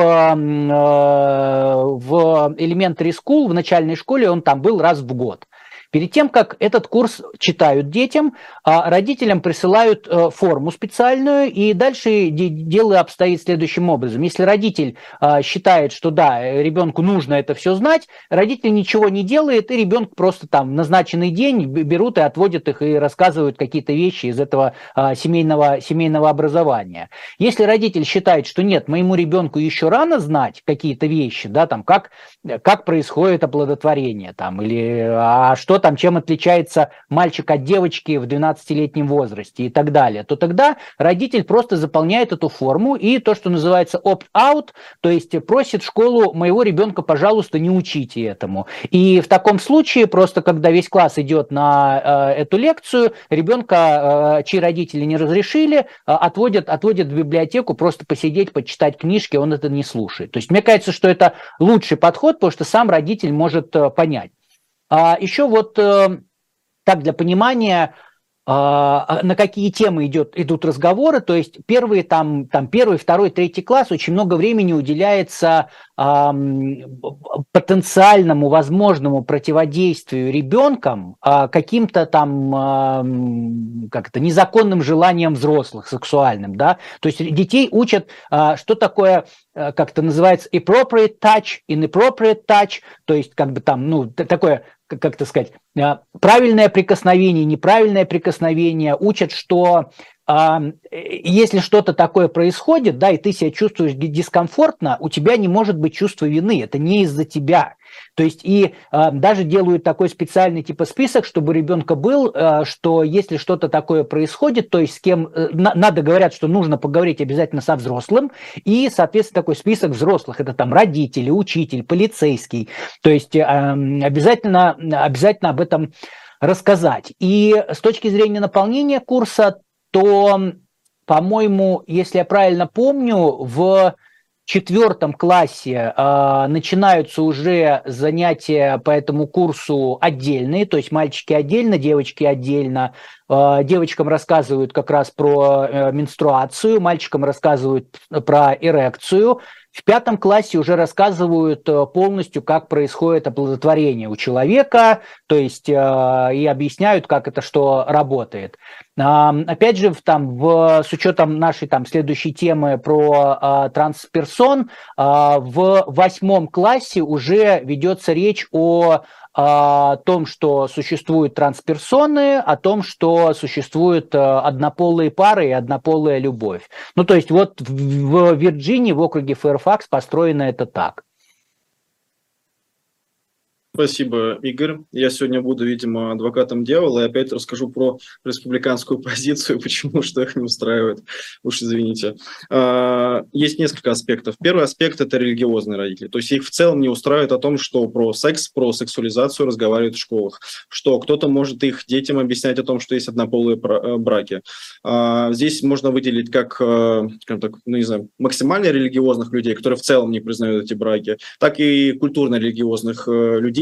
в elementary school, в начальной школе он там был раз в год. Перед тем, как этот курс читают детям, родителям присылают форму специальную, и дальше дело обстоит следующим образом. Если родитель считает, что да, ребенку нужно это все знать, родитель ничего не делает, и ребенок просто там в назначенный день берут и отводят их и рассказывают какие-то вещи из этого семейного, семейного образования. Если родитель считает, что нет, моему ребенку еще рано знать какие-то вещи, да, там, как, как происходит оплодотворение, там, или а что там, чем отличается мальчик от девочки в двенадцатилетнем возрасте и так далее, то тогда родитель просто заполняет эту форму и то, что называется opt-out, то есть просит школу: моего ребенка, пожалуйста, не учите этому. И в таком случае, просто когда весь класс идет на э, эту лекцию, ребенка, э, чьи родители не разрешили, э, отводят, отводят в библиотеку просто посидеть, почитать книжки, он это не слушает. То есть мне кажется, что это лучший подход, потому что сам родитель может э, понять. А еще вот э, так для понимания, э, на какие темы идет, идут разговоры, то есть первые, там, там, первый, второй, третий класс очень много времени уделяется э, потенциальному, возможному противодействию ребенком э, каким-то там э, как это, незаконным желаниям взрослых, сексуальным, да, то есть детей учат, э, что такое, как это называется, appropriate touch, inappropriate touch, то есть как бы там, ну, такое, как это сказать, правильное прикосновение, неправильное прикосновение, учат, что э, если что-то такое происходит, да, и ты себя чувствуешь дискомфортно, у тебя не может быть чувства вины, это не из-за тебя. То есть и э, даже делают такой специальный типа список, чтобы у ребенка был, э, что если что-то такое происходит, то есть с кем э, на, надо, говорят, что нужно поговорить обязательно со взрослым, и, соответственно, такой список взрослых, это там родители, учитель, полицейский, то есть э, обязательно, обязательно об этом рассказать. И с точки зрения наполнения курса, то, по-моему, если я правильно помню, в четвертом классе э, начинаются уже занятия по этому курсу отдельные, то есть мальчики отдельно, девочки отдельно. Э, девочкам рассказывают как раз про э, менструацию, мальчикам рассказывают про эрекцию. В пятом классе уже рассказывают полностью, как происходит оплодотворение у человека, то есть э, и объясняют, как это что работает. Э, опять же, там, в, с учетом нашей там, следующей темы про э, трансперсон, э, в восьмом классе уже ведется речь о о том, что существуют трансперсоны, о том, что существуют однополые пары и однополая любовь. Ну, то есть вот в Вирджинии, в округе Фэрфакс построено это так. Спасибо, Игорь. Я сегодня буду, видимо, адвокатом дьявола и опять расскажу про республиканскую позицию, почему, что их не устраивает. Уж извините. Есть несколько аспектов. Первый аспект – это религиозные родители. То есть их в целом не устраивает о том, что про секс, про сексуализацию разговаривают в школах, что кто-то может их детям объяснять о том, что есть однополые браки. Здесь можно выделить как, скажем так, ну, не знаю, максимально религиозных людей, которые в целом не признают эти браки, так и культурно-религиозных людей,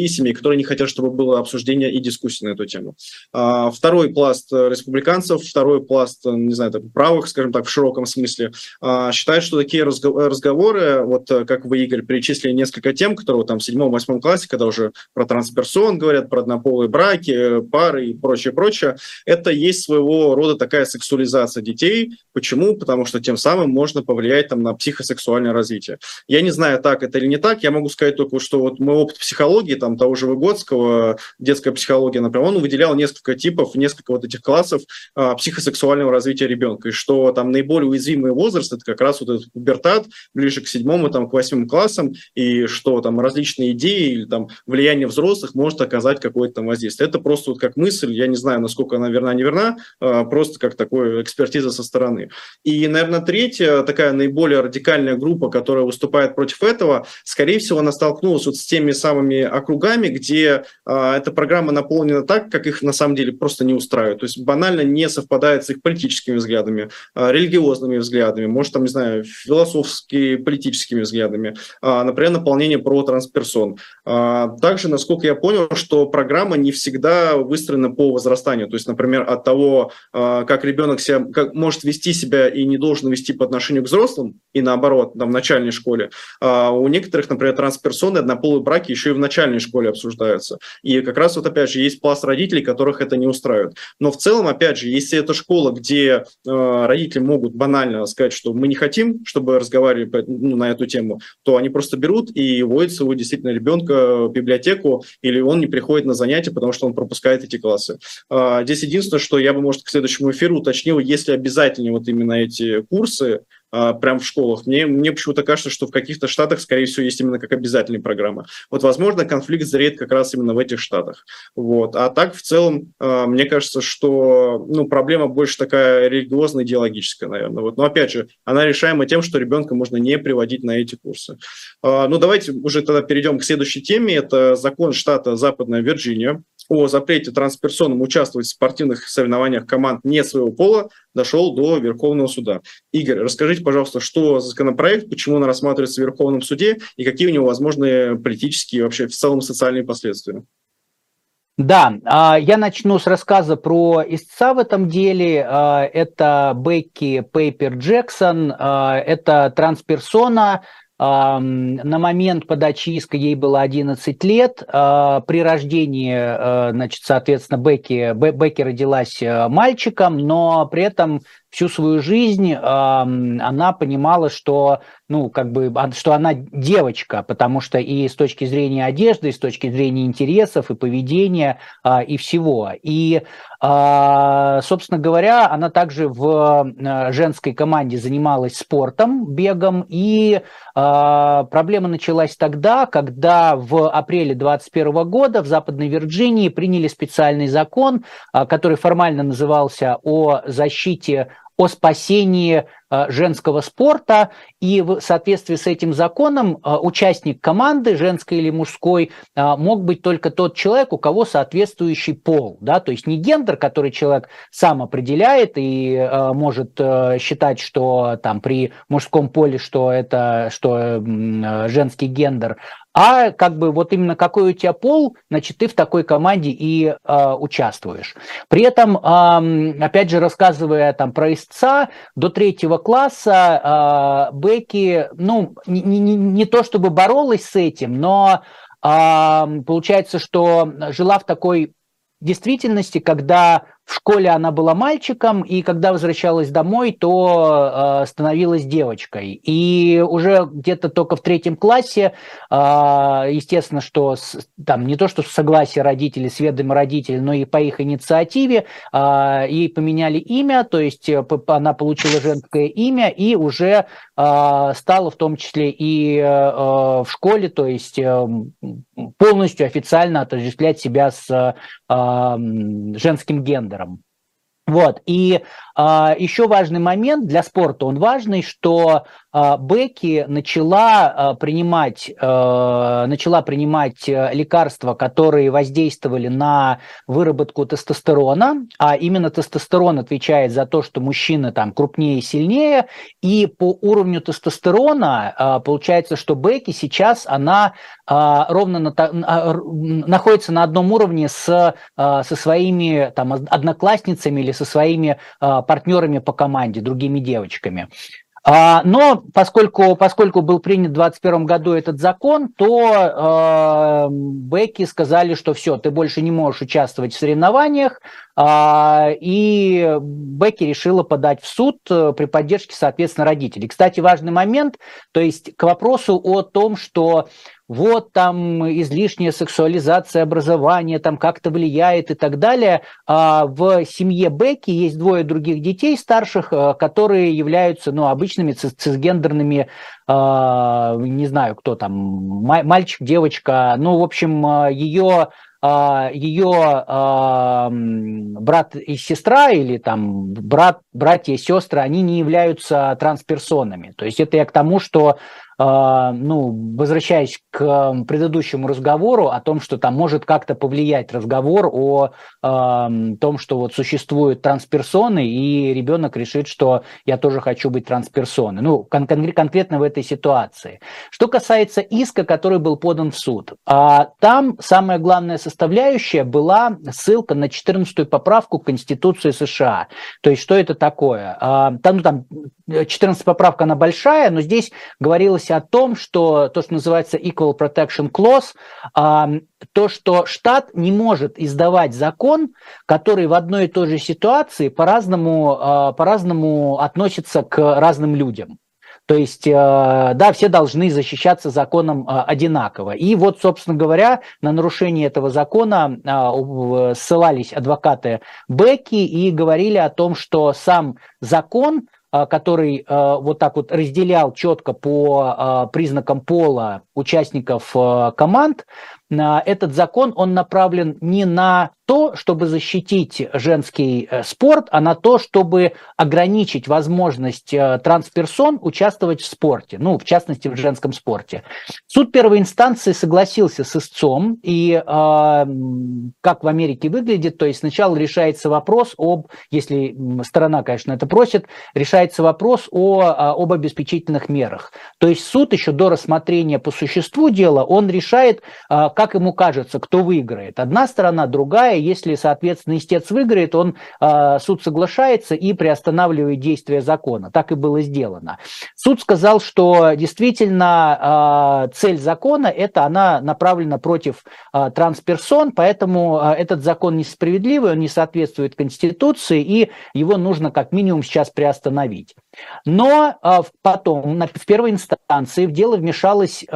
другие семьи, которые не хотят, чтобы было обсуждение и дискуссия на эту тему. Второй пласт республиканцев, второй пласт, не знаю, так, правых, скажем так, в широком смысле, считают, что такие разговоры, вот как вы, Игорь, перечислили несколько тем, которые там в седьмом-восьмом классе, когда уже про трансперсон говорят, про однополые браки, пары и прочее, прочее, это есть своего рода такая сексуализация детей. Почему? Потому что тем самым можно повлиять там на психосексуальное развитие. Я не знаю, так это или не так, я могу сказать только, что вот мой опыт психологии, там того же Выгодского, детская психология, например, он выделял несколько типов, несколько вот этих классов а, психосексуального развития ребенка, и что там наиболее уязвимый возраст, это как раз вот этот пубертат, ближе к седьмому, там, к восьмым классам, и что там различные идеи или там влияние взрослых может оказать какое-то там воздействие. Это просто вот как мысль, я не знаю, насколько она верна, не верна, а, просто как такая экспертиза со стороны. И, наверное, третья, такая наиболее радикальная группа, которая выступает против этого, скорее всего, она столкнулась вот с теми самыми округами, где а, эта программа наполнена так, как их на самом деле просто не устраивает. То есть банально не совпадает с их политическими взглядами, а, религиозными взглядами, может, там, не знаю, философскими, политическими взглядами, а, например, наполнение про трансперсон. А, также, насколько я понял, что программа не всегда выстроена по возрастанию. То есть, например, от того, а, как ребенок себя, как может вести себя и не должен вести по отношению к взрослым, и наоборот, там, в начальной школе. А у некоторых, например, трансперсоны, однополые браки еще и в начальной школе обсуждаются. И как раз вот, опять же, есть пласт родителей, которых это не устраивает. Но в целом, опять же, если это школа, где э, родители могут банально сказать, что мы не хотим, чтобы разговаривали ну, на эту тему, то они просто берут и водят своего действительно ребенка в библиотеку, или он не приходит на занятия, потому что он пропускает эти классы. А, здесь единственное, что я бы, может, к следующему эфиру уточнил, если обязательно вот именно эти курсы, прямо в школах. Мне, мне почему-то кажется, что в каких-то штатах, скорее всего, есть именно как обязательные программы. Вот, возможно, конфликт зреет как раз именно в этих штатах. Вот. А так, в целом, мне кажется, что ну, проблема больше такая религиозно-идеологическая, наверное. Вот. Но, опять же, она решаема тем, что ребенка можно не приводить на эти курсы. Ну, давайте уже тогда перейдем к следующей теме. Это закон штата Западная Вирджиния о запрете трансперсонам участвовать в спортивных соревнованиях команд не своего пола дошел до Верховного суда. Игорь, расскажите, пожалуйста, что за законопроект, почему он рассматривается в Верховном суде и какие у него возможные политические, вообще в целом социальные последствия? Да, я начну с рассказа про истца в этом деле. Это Бекки Пейпер Джексон, это трансперсона. На момент подачи иска ей было одиннадцать лет. При рождении, значит, соответственно, Бекки, Бекки родилась мальчиком, но при этом всю свою жизнь она понимала, что, ну, как бы, что она девочка, потому что и с точки зрения одежды, и с точки зрения интересов, и поведения, и всего. И, собственно говоря, она также в женской команде занималась спортом, бегом, и проблема началась тогда, когда в апреле двадцать первого года в Западной Вирджинии приняли специальный закон, который формально назывался «О защите о спасении э, женского спорта, и в соответствии с этим законом э, участник команды, женской или мужской, э, мог быть только тот человек, у кого соответствующий пол, да, то есть не гендер, который человек сам определяет и э, может э, считать, что там при мужском поле, что это что, э, женский гендер, а как бы вот именно какой у тебя пол, значит, ты в такой команде и э, участвуешь. При этом, э, опять же, рассказывая там про истца, до третьего класса э, Бекки, ну, не, не, не то чтобы боролась с этим, но э, получается, что жила в такой действительности, когда в школе она была мальчиком, и когда возвращалась домой, то э, становилась девочкой. И уже где-то только в третьем классе, э, естественно, что с, там не то, что с согласия родителей, с ведома родителей, но и по их инициативе э, ей поменяли имя, то есть она получила женское имя и уже э, стала в том числе и э, в школе, то есть э, полностью официально отождествлять себя с э, женским гендером. Вот, и еще важный момент для спорта, он важный, что Бекки начала принимать, начала принимать лекарства, которые воздействовали на выработку тестостерона, а именно тестостерон отвечает за то, что мужчина там крупнее и сильнее, и по уровню тестостерона получается, что Бекки сейчас она ровно на, находится на одном уровне с, со своими там, одноклассницами или со своими партнерами по команде, другими девочками. Но поскольку, поскольку был принят в двадцать первом году этот закон, то э, Бекки сказали, что все, ты больше не можешь участвовать в соревнованиях, э, и Бекки решила подать в суд при поддержке, соответственно, родителей. Кстати, важный момент, то есть к вопросу о том, что вот там излишняя сексуализация образования там как-то влияет и так далее. В семье Бекки есть двое других детей старших, которые являются, ну, обычными цисгендерными, не знаю, кто там, мальчик, девочка, ну, в общем, ее... ее э, брат и сестра или там брат, братья и сестры, они не являются трансперсонами. То есть это я к тому, что, э, ну, возвращаясь к предыдущему разговору о том, что там может как-то повлиять разговор о э, том, что вот существуют трансперсоны, и ребенок решит, что я тоже хочу быть трансперсоной. Ну, кон- кон- конкретно в этой ситуации. Что касается иска, который был подан в суд, э, там самое главное составляющая была ссылка на четырнадцатую поправку Конституции США. То есть, что это такое? Там, ну, там четырнадцатая поправка, она большая, но здесь говорилось о том, что то, что называется Equal Protection Clause, то, что штат не может издавать закон, который в одной и той же ситуации по-разному, по-разному относится к разным людям. То есть, да, все должны защищаться законом одинаково. И вот, собственно говоря, на нарушение этого закона ссылались адвокаты Бекки и говорили о том, что сам закон, который вот так вот разделял четко по признакам пола участников команд, этот закон, он направлен не на то, чтобы защитить женский спорт, а на то, чтобы ограничить возможность трансперсон участвовать в спорте, ну, в частности, в женском спорте. Суд первой инстанции согласился с истцом, и э, как в Америке выглядит, то есть сначала решается вопрос об, если сторона, конечно, это просит, решается вопрос о, об обеспечительных мерах. То есть суд еще до рассмотрения по существу дела, он решает, как ему кажется, кто выиграет. Одна сторона, другая. Если, соответственно, истец выиграет, он, суд соглашается и приостанавливает действие закона. Так и было сделано. Суд сказал, что действительно цель закона, это она направлена против трансперсон, поэтому этот закон несправедливый, он не соответствует Конституции, и его нужно как минимум сейчас приостановить. Но потом, в первой инстанции, в дело вмешалась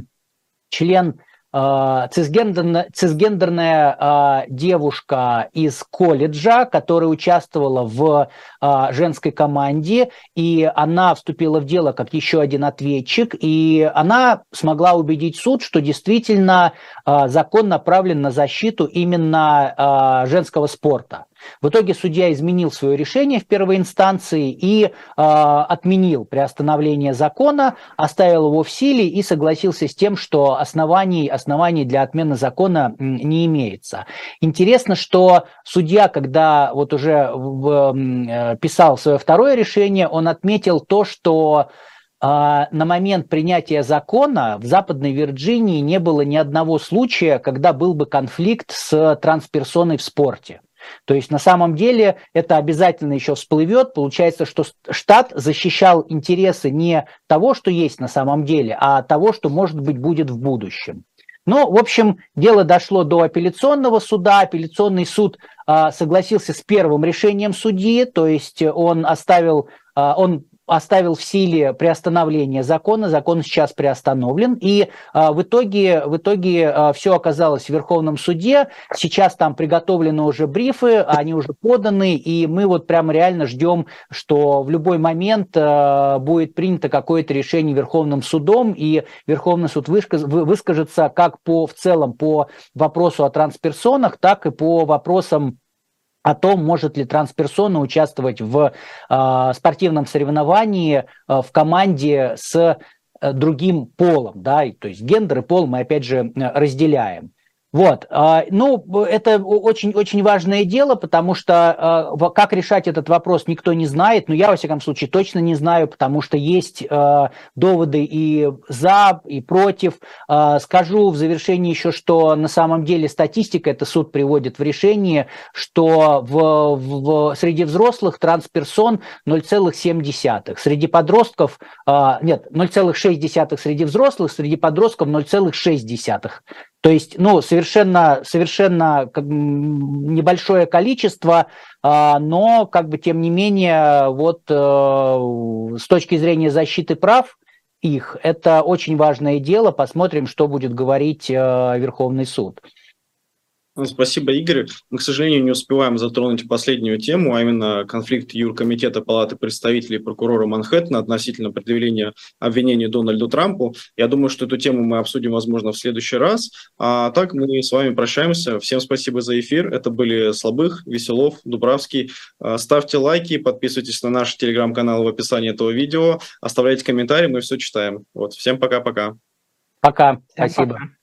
член Цисгендерная, цисгендерная э, девушка из колледжа, которая участвовала в э, женской команде, и она вступила в дело как еще один ответчик, и она смогла убедить суд, что действительно э, закон направлен на защиту именно э, женского спорта. В итоге судья изменил свое решение в первой инстанции и э, отменил приостановление закона, оставил его в силе и согласился с тем, что оснований, оснований для отмены закона не имеется. Интересно, что судья, когда вот уже в, э, писал свое второе решение, он отметил то, что э, на момент принятия закона в Западной Вирджинии не было ни одного случая, когда был бы конфликт с трансперсоной в спорте. То есть на самом деле это обязательно еще всплывет. Получается, что штат защищал интересы не того, что есть на самом деле, а того, что, может быть, будет в будущем. Но, в общем, дело дошло до апелляционного суда. Апелляционный суд а, согласился с первым решением судьи, то есть он оставил, а, он оставил в силе приостановление закона, закон сейчас приостановлен, и а, в итоге, в итоге а, все оказалось в Верховном суде, сейчас там приготовлены уже брифы, они уже поданы, и мы вот прямо реально ждем, что в любой момент а, будет принято какое-то решение Верховным судом, и Верховный суд высказ, выскажется как по, в целом по вопросу о трансперсонах, так и по вопросам о том, может ли трансперсона участвовать в э, спортивном соревновании э, в команде с э, другим полом, да, и, то есть гендер и пол мы опять же разделяем. Вот, ну, это очень-очень важное дело, потому что как решать этот вопрос никто не знает, но я, во всяком случае, точно не знаю, потому что есть доводы и за, и против. Скажу в завершении еще, что на самом деле статистика, это суд приводит в решение, что в, в, среди взрослых трансперсон ноль целых семь десятых, среди подростков, нет, ноль целых шесть десятых среди взрослых, среди подростков ноль целых шесть десятых. То есть, ну, совершенно, совершенно как, небольшое количество, а, но, как бы, тем не менее, вот а, с точки зрения защиты прав их, это очень важное дело. Посмотрим, что будет говорить а, Верховный суд. Спасибо, Игорь. Мы, к сожалению, не успеваем затронуть последнюю тему, а именно конфликт Юркомитета Палаты представителей прокурора Манхэттена относительно предъявления обвинений Дональду Трампу. Я думаю, что эту тему мы обсудим, возможно, в следующий раз. А так мы с вами прощаемся. Всем спасибо за эфир. Это были Слабых, Веселов, Дубравский. Ставьте лайки, подписывайтесь на наш телеграм-канал в описании этого видео, оставляйте комментарии, мы все читаем. Вот. Всем пока-пока. Пока. Спасибо. Пока.